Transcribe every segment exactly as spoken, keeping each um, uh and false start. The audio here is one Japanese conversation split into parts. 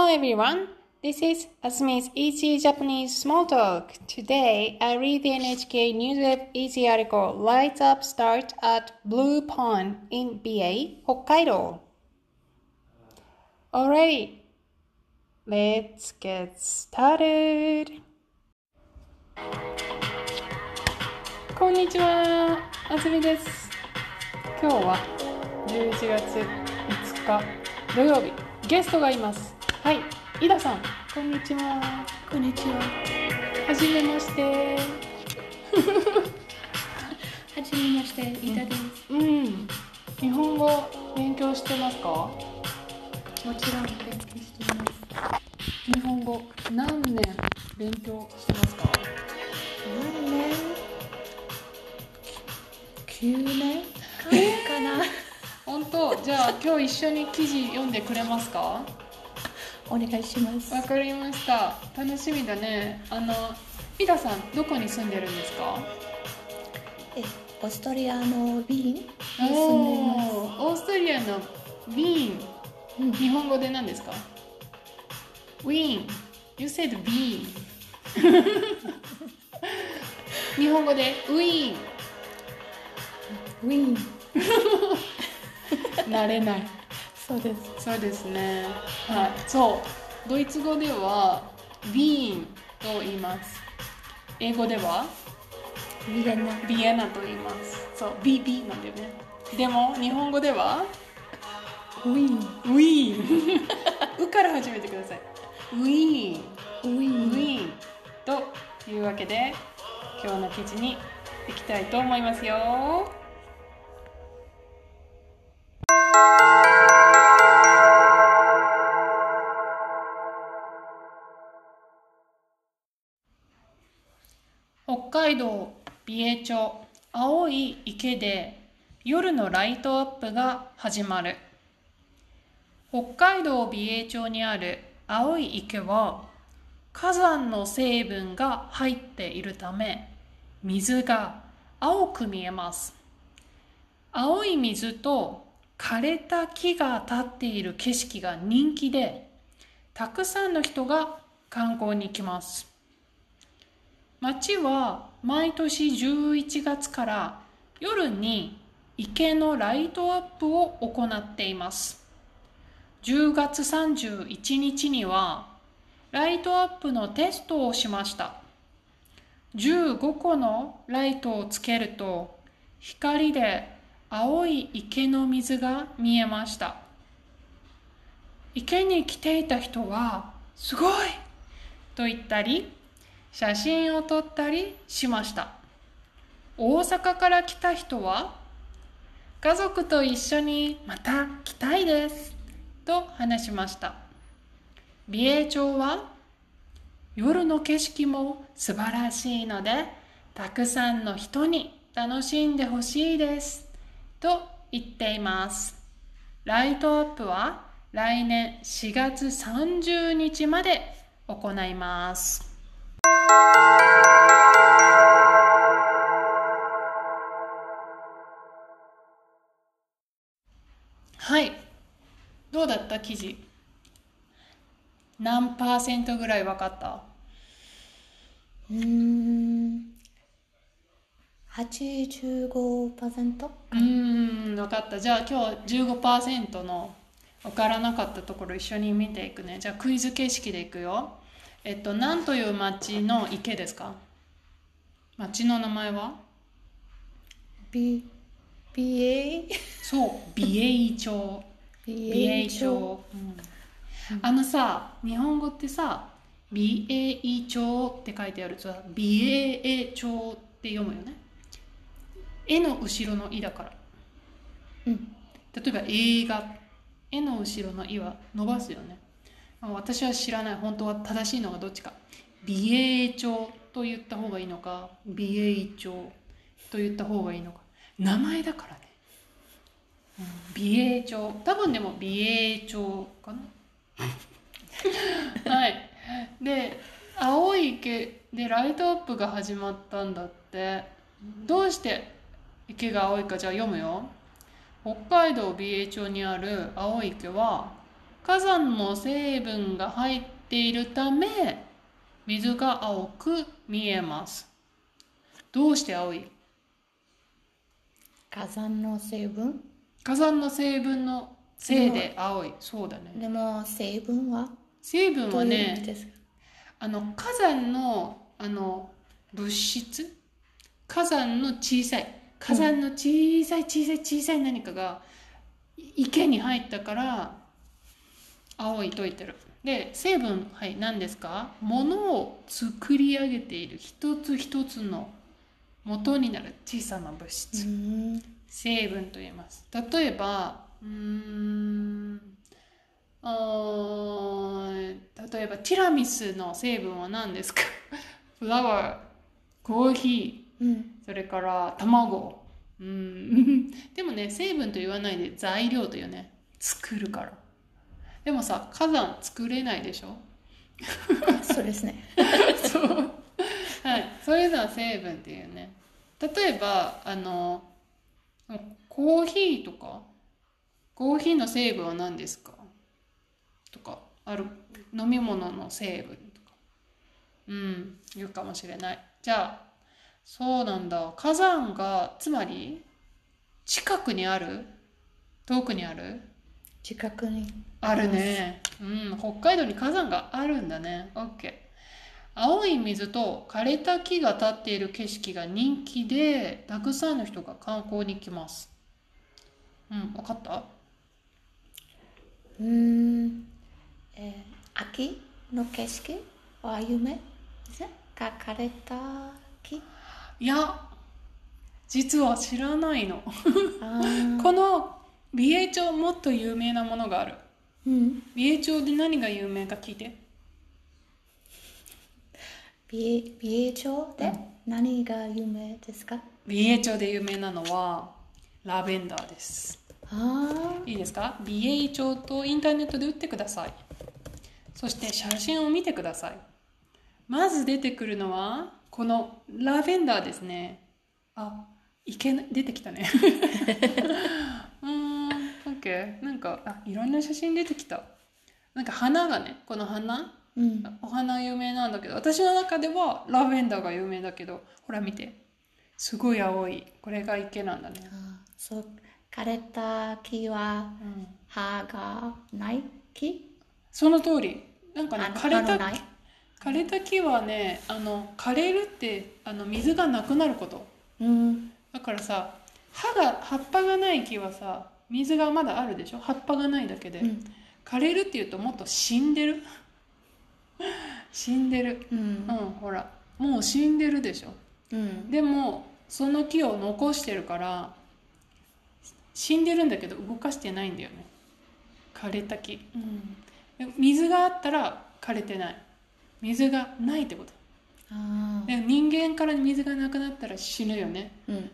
everyone, this is Asumi's Easy Japanese Small Talk. Today, I read the N H K Newsweb Easy article Lights Up Start at Blue Pond in 美瑛, Hokkaido. Alright, let's get started. こんにちは、Asumi です。今日はじゅういちがついつか土曜日、ゲストがいます。はい、井田さん、こんにちは。 こんにちは。 はじめまして。 はじめまして、井田です。 うん、うん。日本語勉強してますか？もちろん勉強しています。 日本語何年勉強してますか？ 何年？きゅうねんかな。 本当？じゃあ今日一緒に記事読んでくれますか？ お願いします。 わかりました。楽しみだね。あの、井田さん、どこに住んでるんですか？ え、オーストリアのウィーンに住んでいます。 オーストリアのウィーン、うん、日本語で何ですか？ウィーン。You said ウィーン。日本語でウィーン。 ウィーン。 慣れない。 そうです。 そうですね。はい。そう。ドイツ語ではウィーンと言います。英語ではビエナ。 ビエナと言います。そう。ビービーなんだよね。でも日本語ではウィーン。 ウィーン。うから始めてください。ウィーン。 ウィーン。 ウィーン。というわけで今日の記事に行きたいと思いますよ。北海道美瑛町青い池で夜のライトアップが始まる。北海道美瑛町にある青い池は火山の成分が入っているため水が青く見えます。青い水と枯れた木が立っている景色が人気でたくさんの人が観光に来ます。町は毎年じゅういちがつから夜に池のライトアップを行っています。じゅうがつさんじゅういちにちにはライトアップのテストをしました。じゅうごこのライトをつけると光で青い池の水が見えました。池に来ていた人はすごいと言ったり写真を撮ったりしました。大阪から来た人は家族と一緒にまた来たいですと話しました。美瑛町は夜の景色も素晴らしいのでたくさんの人に楽しんでほしいですと言っています。ライトアップは来年しがつさんじゅうにちまで行います。はい、どうだった記事？何パーセントぐらい分かった？ うーん、はちじゅうごパーセント？ うーん、分かった。じゃあ今日じゅうごパーセントの分からなかったところ一緒に見ていくね。じゃあクイズ形式でいくよ。えっと、何という町の池ですか？町の名前は？ ビ、美瑛？ そう、美瑛町。美瑛町。うん、あのさ、日本語ってさ、美瑛町って書いてあるとさ、美瑛町って読むよね。絵の後ろの「い」だから。 うん。 例えば映画、絵の後ろの「い」は伸ばすよね。私は知らない。本当は正しいのがどっちか。美瑛町と言った方がいいのか、美瑛町と言った方がいいのか。名前だからね。うん、美瑛町。多分でも美瑛町かな。はい。で、青い池でライトアップが始まったんだって。どうして池が青いかじゃあ読むよ。北海道美瑛町にある青い池は火山の成分が入っているため、水が青く見えます。どうして青い？ 火山の成分？ 火山の成分のせいで青い。そうだね。 でも成分は成分はどういう意味ね、 ですか？ あの火山のあの物質、火山の小さい、火山の小さい小さい小さい何かが池に入ったから青いと言ってる。で、成分、はい、何ですか？ものを作り上げている一つ一つの元になる小さな物質、 うん、 成分と言います。例えば、うーん、あー例えばティラミスの成分は何ですか？フラワー、コーヒー、 うん、 それから卵。うん、でもね、成分と言わないで材料というね、作るから。でもさ、火山作れないでしょ？ そうですね。 そう。はい。そういうのは成分っていうね。例えば、あの、コーヒーとか、コーヒーの成分は何ですか？とか、ある飲み物の成分とか。うん、言うかもしれない。じゃあ、そうなんだ。火山が、つまり、近くにある？遠くにある？ 近くにあるります。 ね。うん、北海道に火山があるんだね。オッケー。青い水と枯れた木が立っている景色が人気で、たくさんの人が観光に来ます。うん、わかった？ うーん、えー秋の景色は有名ですね。か枯れた木。 いや、実は知らないの。 あーこの美瑛町もっと有名なものがある。 うん、 美瑛町で何が有名か聞いて。 美瑛町で何が有名ですか？ 美瑛町で有名なのはラベンダーです。 あいいですか？美瑛町とインターネットで打ってください。そして写真を見てください。まず出てくるのはこのラベンダーですね。あ、いけな出てきたね。うーん、OK。なんか、あ、いろんな写真出てきた。なんか花がね、この花、 ー、うん、 お花有名なんだけど、私の中ではラベンダーが有名だけど、ほら見て。すごい青い。これが池なんだね。 あーそう、枯れた木はうん、 葉がない木？ その通り。なんかね、 あの枯れた葉のない？ 枯れた木はね、あの枯れるってあの水がなくなること。 うん、 だからさ、葉が葉っぱがない木はさ、水がまだあるでしょ？葉っぱがないだけで。 うん、 枯れるっていうともっと死んでる。死んでる。 ううん、 ん、 ほら、もう死んでるでしょ。 うん、 でもその木を残してるから死んでるんだけど動かしてないんだよね。枯れた木。うん。で水があったら枯れてない。水がないってこと。 あで人間から水がなくなったら死ぬよね。 ー、うん、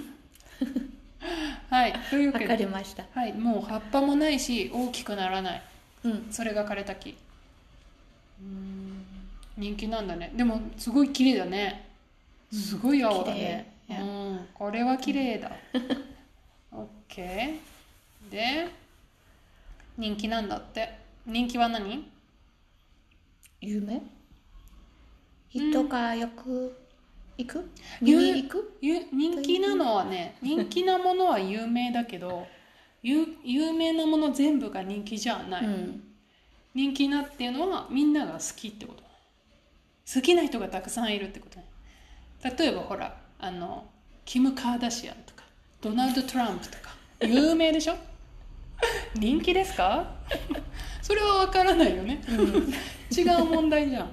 はい。というわわかけで、 りました。 はい、もう葉っぱもないし大きくならない。 うん、 それが枯れた木。うーん、人気なんだね。でもすごい綺麗だね。すごい青だね。 綺麗。 うん、これは綺麗だ。オッケー。で、人気なんだって。人気は何？ 有名？人がよく行く？見ゆに行く？ ゆ人気なのはね、人気なものは有名だけど、有有名なもの全部が人気じゃない。 うん、 人気なっていうのはみんなが好きってこと。好きな人がたくさんいるってことね。例えばほら、あの、キム・カーダシアンとか、ドナルド・トランプとか、有名でしょ？人気ですか？それは分からないよね。違う問題じゃん。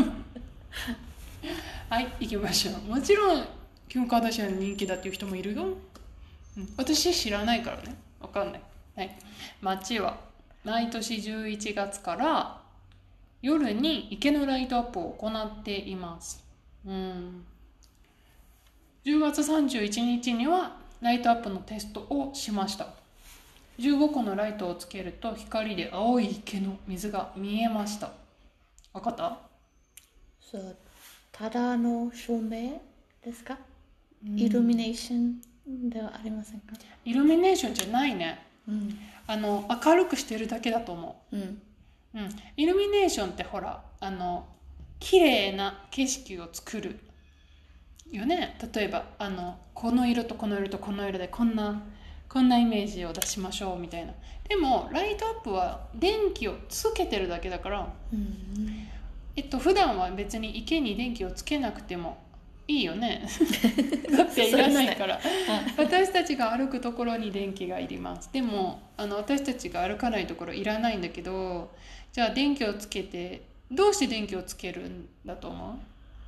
はい、行きましょう。もちろん、キム・カーダシアン人気だっていう人もいるよ。うん、私知らないからね。分かんない。はい。街は毎年じゅういちがつから夜に池のライトアップを行っています。うん。じゅうがつさんじゅういちにちにはライトアップのテストをしました。じゅうごこのライトをつけると光で青い池の水が見えました。わかった？ そう、ただの照明ですか？イルミネーションではありませんか？ イルミネーションじゃないね。 うん、 あの明るくしてるだけだと思うん。 う。うん、イルミネーションってほらあの綺麗な景色を作るよね。例えばあのこの色とこの色とこの色でこんなこんなイメージを出しましょうみたいな。でもライトアップは電気をつけてるだけだから、 うんえっと普段は別に池に電気をつけなくてもいいよね。だっていらないから、私たちが歩くところに電気がいります。でもあの私たちが歩かないところいらないんだけど、じゃあ電気をつけてどうして電気をつけるんだと思う？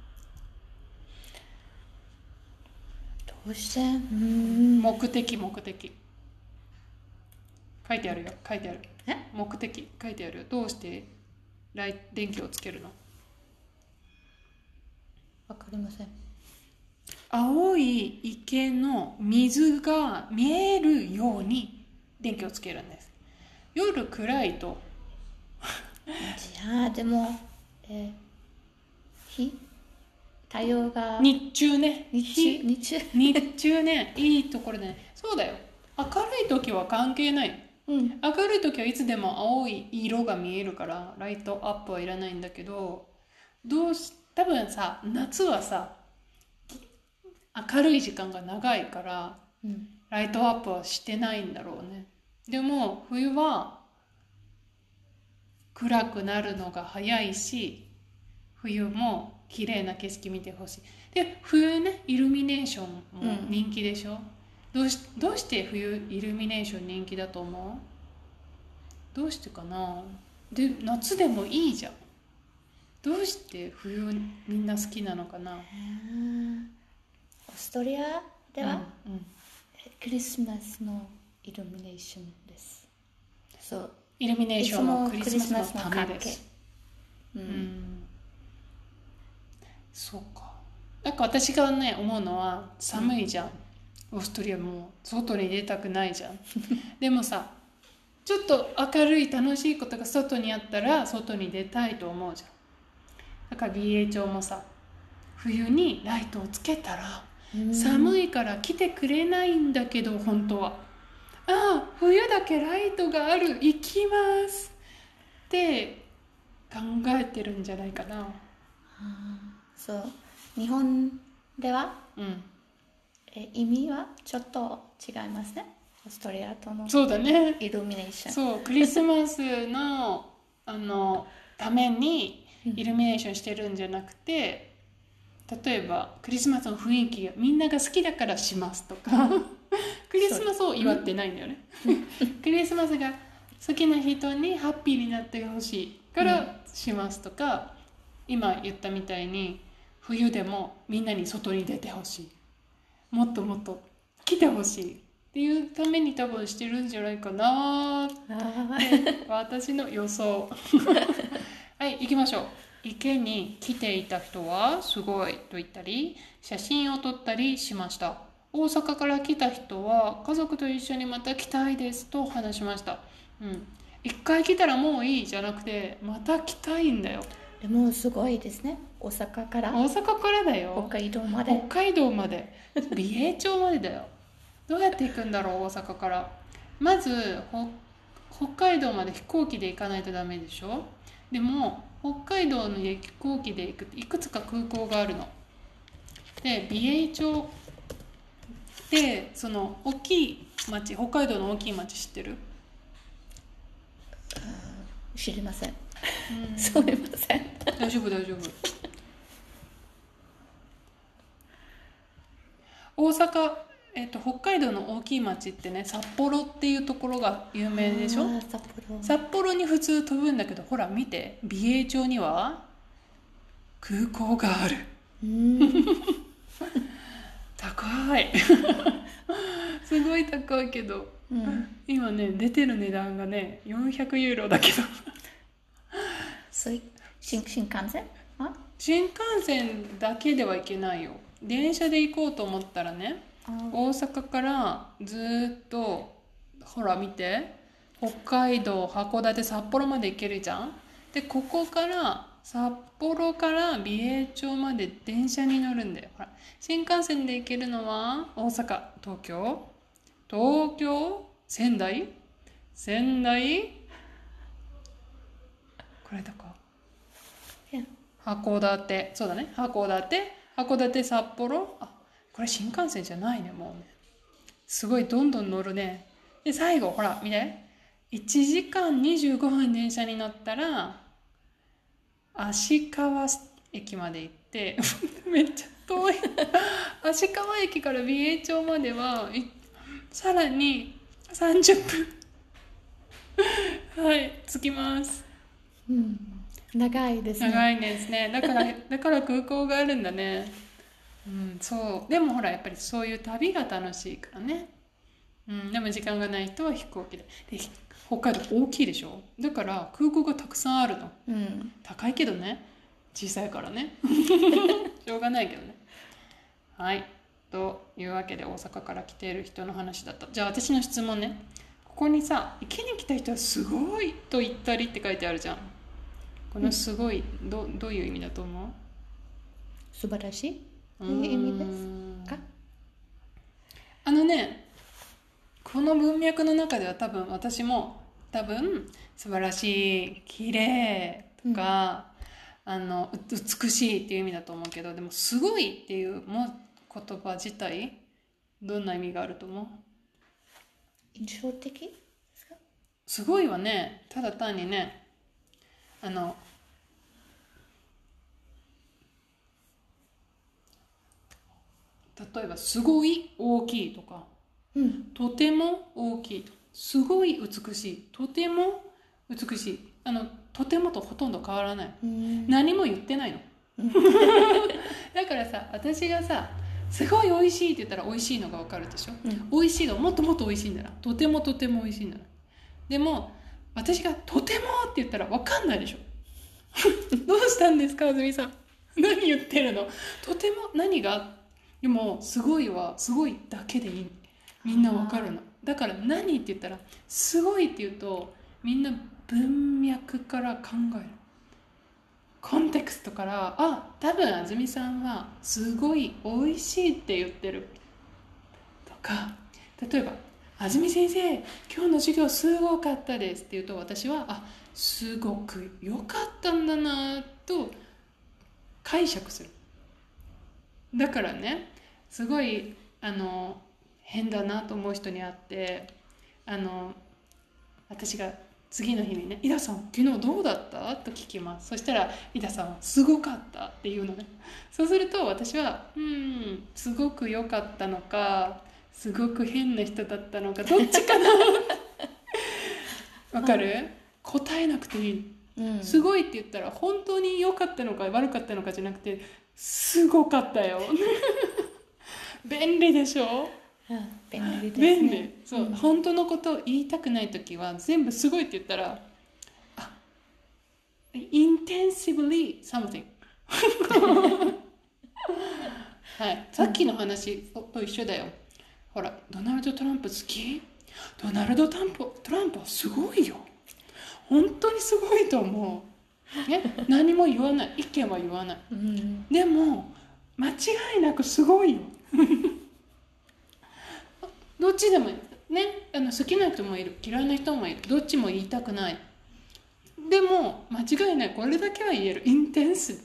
どうしてうん目的目的書いてあるよ。書いてある。 え目的書いてあるよ。どうしてライ電気をつけるの？ わかりません。 青い池の水が見えるように電気をつけるんです。夜暗いとじゃあでも、えー、日太陽が日中ね日中日中日中ねいいところでね。そうだよ。明るい時は関係ない。 うん明るい時はいつでも青い色が見えるからライトアップはいらないんだけど、どうし多分さ夏はさ明るい時間が長いからうんライトアップはしてないんだろうね。でも冬は暗くなるのが早いし、冬も綺麗な景色見てほしい。で冬ねイルミネーションも人気でしょ、うん、どうしどうして冬イルミネーション人気だと思う？どうしてかな。で夏でもいいじゃん。どうして冬みんな好きなのかな。 オーストリアでは、 うんうん、 クリスマスのイルミネーションです。そうイルミネーションもクリスマスのためです。 うん、 うん、そうか。なんか私がね思うのは寒いじゃん、うん、オーストリアも外に出たくないじゃん。でもさちょっと明るい楽しいことが外にあったら外に出たいと思うじゃん。だから ビーエイチオー もさ冬にライトをつけたら寒いから来てくれないんだけど本当はああ冬だけライトがある行きますって考えてるんじゃないかな。 そう日本では、 うん、 え意味はちょっと違いますね。オーストリアとのそうだねイルミネーション。 そうクリスマスのあのためにイルミネーションしてるんじゃなくて、例えばクリスマスの雰囲気がみんなが好きだからしますとかクリスマスを祝ってないんだよねクリスマスが好きな人にハッピーになってほしいからしますとか、うん、今言ったみたいに冬でもみんなに外に出てほしい、もっともっと来てほしいっていうために多分してるんじゃないかなって私の予想はい行きましょう。池に来ていた人はすごいと言ったり写真を撮ったりしました。大阪から来た人は家族と一緒にまた来たいですと話しました。うん、一回来たらもういいじゃなくてまた来たいんだよ。 でもすごいですね。大阪から大阪からだよ。 北海道まで北海道まで美瑛町までだよ。どうやって行くんだろう大阪から。まず北海道まで飛行機で行かないとダメでしょ。でも北海道の飛行機で行くいくつか空港があるので、美瑛町でその大きい町、北海道の大きい町知ってる？ 知りませんすみません大丈夫大丈夫。大阪、えっと、北海道の大きい町ってね札幌っていうところが有名でしょ。 札幌札幌に普通飛ぶんだけどほら見て美瑛町には空港がある。うん高いすごい高いけど、うん、今ね出てる値段がねよんひゃくユーロだけど新, 新幹線あ新幹線だけではいけないよ。電車で行こうと思ったらね大阪からずっとほら見て北海道函館札幌まで行けるじゃん。でここから札幌から美瑛町まで電車に乗るんだよ。ほら新幹線で行けるのは大阪、東京、東京、仙台、 仙台、これだか。 Yeah. 函館、そうだね。函館、函館、札幌。あ、これ新幹線じゃないね、もうね。すごいどんどん乗るね。で、最後、ほら、見て。いちじかんにじゅうごふん電車に乗ったら、足川駅まで行って、めっちゃ遠い。足川駅から美瑛町までは、さらにさんじゅっぷん。はい、着きます。 うん、長いですね。 長いですね。だからだから空港があるんだね。うん、そう。でもほらやっぱりそういう旅が楽しいからね。うん、でも時間がない人は飛行機で。で、北海道大きいでしょ。だから空港がたくさんあるの。 うん、 高いけどね。小さいからね。しょうがないけどね。はい。というわけで大阪から来ている人の話だった。じゃあ私の質問ね。ここにさ、池に来た人はすごいと言ったりって書いてあるじゃん。このすごい、ど, どういう意味だと思う？ 素晴らしいという意味ですか？ あのね、この文脈の中では多分私も多分素晴らしい、綺麗とか、うん、あの美しいっていう意味だと思うけど、でもすごいっていうも言葉自体どんな意味があると思う？ 印象的ですか？ すごいはね、ただ単にね、あの例えばすごい大きいとか、 うん、 とても大きいとか、すごい美しい、とても美しい、あのとてもとほとんど変わらない、うん、何も言ってないのだからさ、私がさすごい美味しいって言ったら美味しいのが分かるでしょ、うん、美味しいのもっともっと美味しいんだな、とてもとても美味しいんだな。でも私がとてもって言ったら分かんないでしょどうしたんですか、あずみさん何言ってるの、とても何が、でもすごいはすごいだけでいい、みんな分かるの。だから何って言ったらすごいって言うとみんな文脈から考える、コンテクストから、あ、多分あずみさんはすごい美味しいって言ってるとか、例えばあずみ先生今日の授業すごかったですって言うと、私はあ、すごく良かったんだなと解釈する。だからね、すごいあの変だなと思う人に会って、あの私が次の日にね、井田さん昨日どうだったと聞きます。そしたら井田さんはすごかったっていうのね。そうすると私はうんすごく良かったのかすごく変な人だったのかどっちかなわかる、うん、答えなくていい、うん、すごいって言ったら本当に良かったのか悪かったのかじゃなくてすごかったよ便利でしょ、 うん、便利ですね。 便利、そう、うん、本当のことを言いたくないときは全部すごいって言ったら、あ、intensively something はい、さっきの話と一緒だよ。ほら、ドナルド・トランプ好き？ドナルド・トランプ、トランプはすごいよ。本当にすごいと思う。ね、何も言わない、意見は言わない。うん、でも間違いなくすごいよ。どっちでもいいね、あの好きな人もいる、嫌いな人もいる、どっちも言いたくない。でも間違いない、これだけは言える、インテンス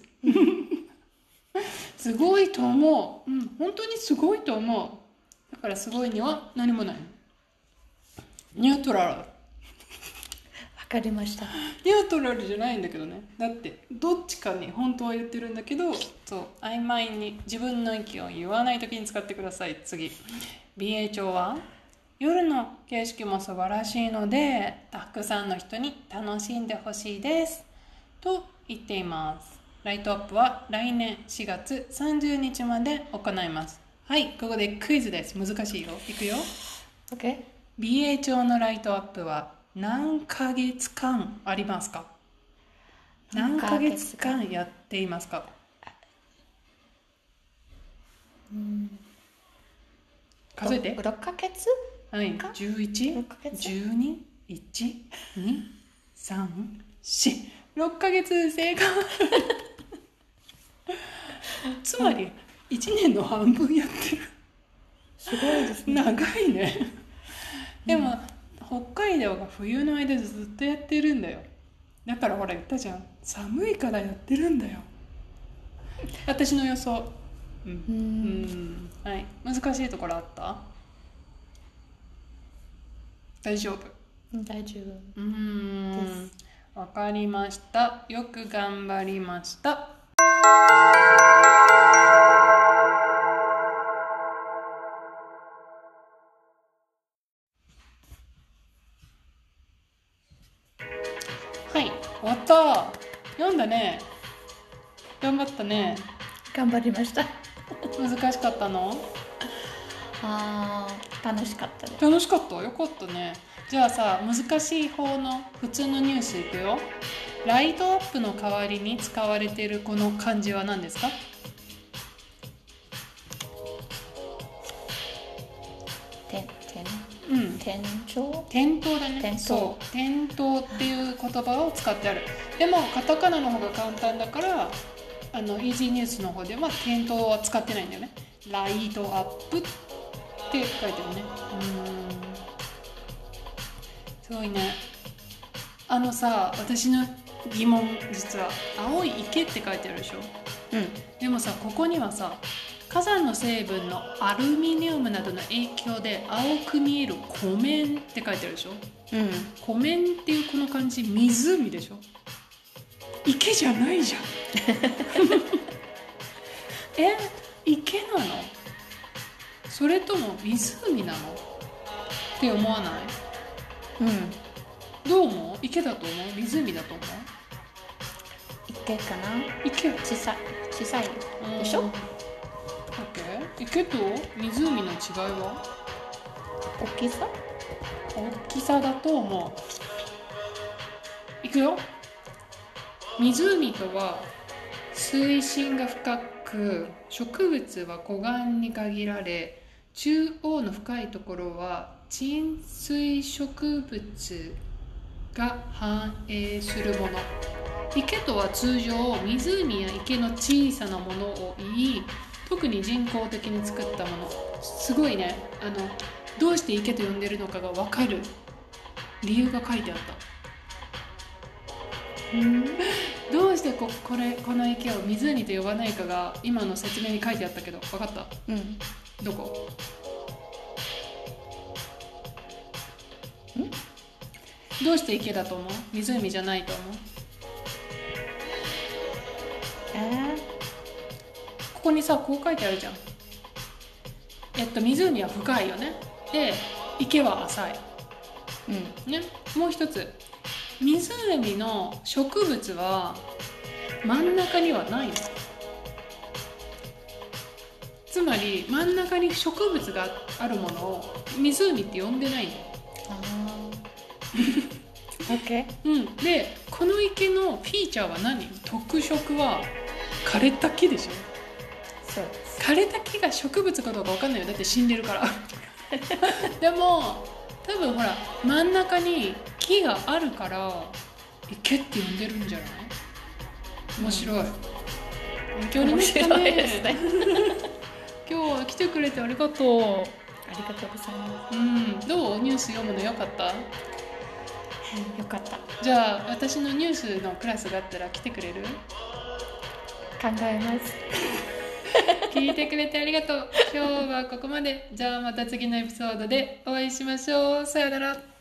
すごいと思う、うん、本当にすごいと思う。だからすごいには何もない、ニュートラル。わかりました。 ニュートラルじゃないんだけどね、だってどっちかに本当は言ってるんだけど、そう曖昧に自分の意見を言わないときに使ってください。次、美瑛町は夜の景色も素晴らしいのでたくさんの人に楽しんでほしいですと言っています。ライトアップは来年しがつさんじゅうにちまで行います。はい、ここでクイズです。難しいよ、いくよ。 OK。 美瑛町のライトアップは何ヶ月間ありますか？何ヶ月間やっていますか？ うん、 数えて。 ろっかげつ？ はい、じゅういち、じゅうに、いち、に、さん、よん、ろっかげつ正解つまりいちねんの半分やってる。 すごいですね。 長いね。でも、 北海道が冬の間ずっとやってるんだよ。だからほら言ったじゃん、寒いからやってるんだよ。私の予想。うん、 ううんん、はい。難しいところあった？大丈夫？ 大丈夫。 うーん、わかりました。よく頑張りました。はい、終わった。読んだね。頑張ったね。 頑張りました。 難しかったの？ あー、楽しかったです。 楽しかった。よかったね。じゃあさ、難しい方の普通のニュースいくよ。ライトアップの代わりに使われているこの漢字は何ですか？ ててんうん、 天井点灯だね。 点灯そう、点灯っていう言葉を使ってある。でもカタカナの方が簡単だから、あのイージーニュースの方では点灯は使ってないんだよね。ライトアップって書いてるね。うーん、すごいね。あのさ、私の疑問、実は青い池って書いてあるでしょ。 うんでもさ、ここにはさ、火山の成分のアルミニウムなどの影響で青く見える湖面って書いてあるでしょ。 うん湖面っていうこの漢字、湖でしょ。池じゃないじゃん。え、池なの？それとも湖なのって思わない？ うんどう思う？池だと思う？湖だと思う？ 池かな。 池。 小さい小さいでしょ。 オッケー。池と湖の違いは？ 大きさ。 大きさだと思う。いくよ。湖とは水深が深く、植物は湖岸に限られ、中央の深いところは沈水植物が繁栄するもの。池とは通常湖や池の小さなものを言い、特に人工的に作ったもの。すごいね。あのどうして池と呼んでるのかが分かる理由が書いてあった。 うんどうしてここれこの池を湖と呼ばないかが今の説明に書いてあったけど、分かった？ うんどこ？ んどうして池だと思う？湖じゃないと思う？ えここにさ、こう書いてあるじゃん。えっと湖は深いよね。で、池は浅い。 ー、うんね、もう一つ、湖の植物は真ん中にはないの。つまり真ん中に植物があるものを湖って呼んでないの。 あーOK うん、で、この池のフィーチャーは何？特色は枯れた木でしょ。 そうです枯れた木が植物かどうか分かんないよ。だって死んでるから。でも多分ほら、真ん中に木があるから池って呼んでるんじゃない？面白い。勉強になったね。 面白いですね。 今日は来てくれてありがとう。 ありがとうございまうん、どう？ニュース読むのよかった？ す。よかった。 じゃあ私のニュースのクラスがあったら来てくれる？ 考えます。 聞いてくれてありがとう。今日はここまで。じゃあまた次のエピソードでお会いしましょう。さよなら。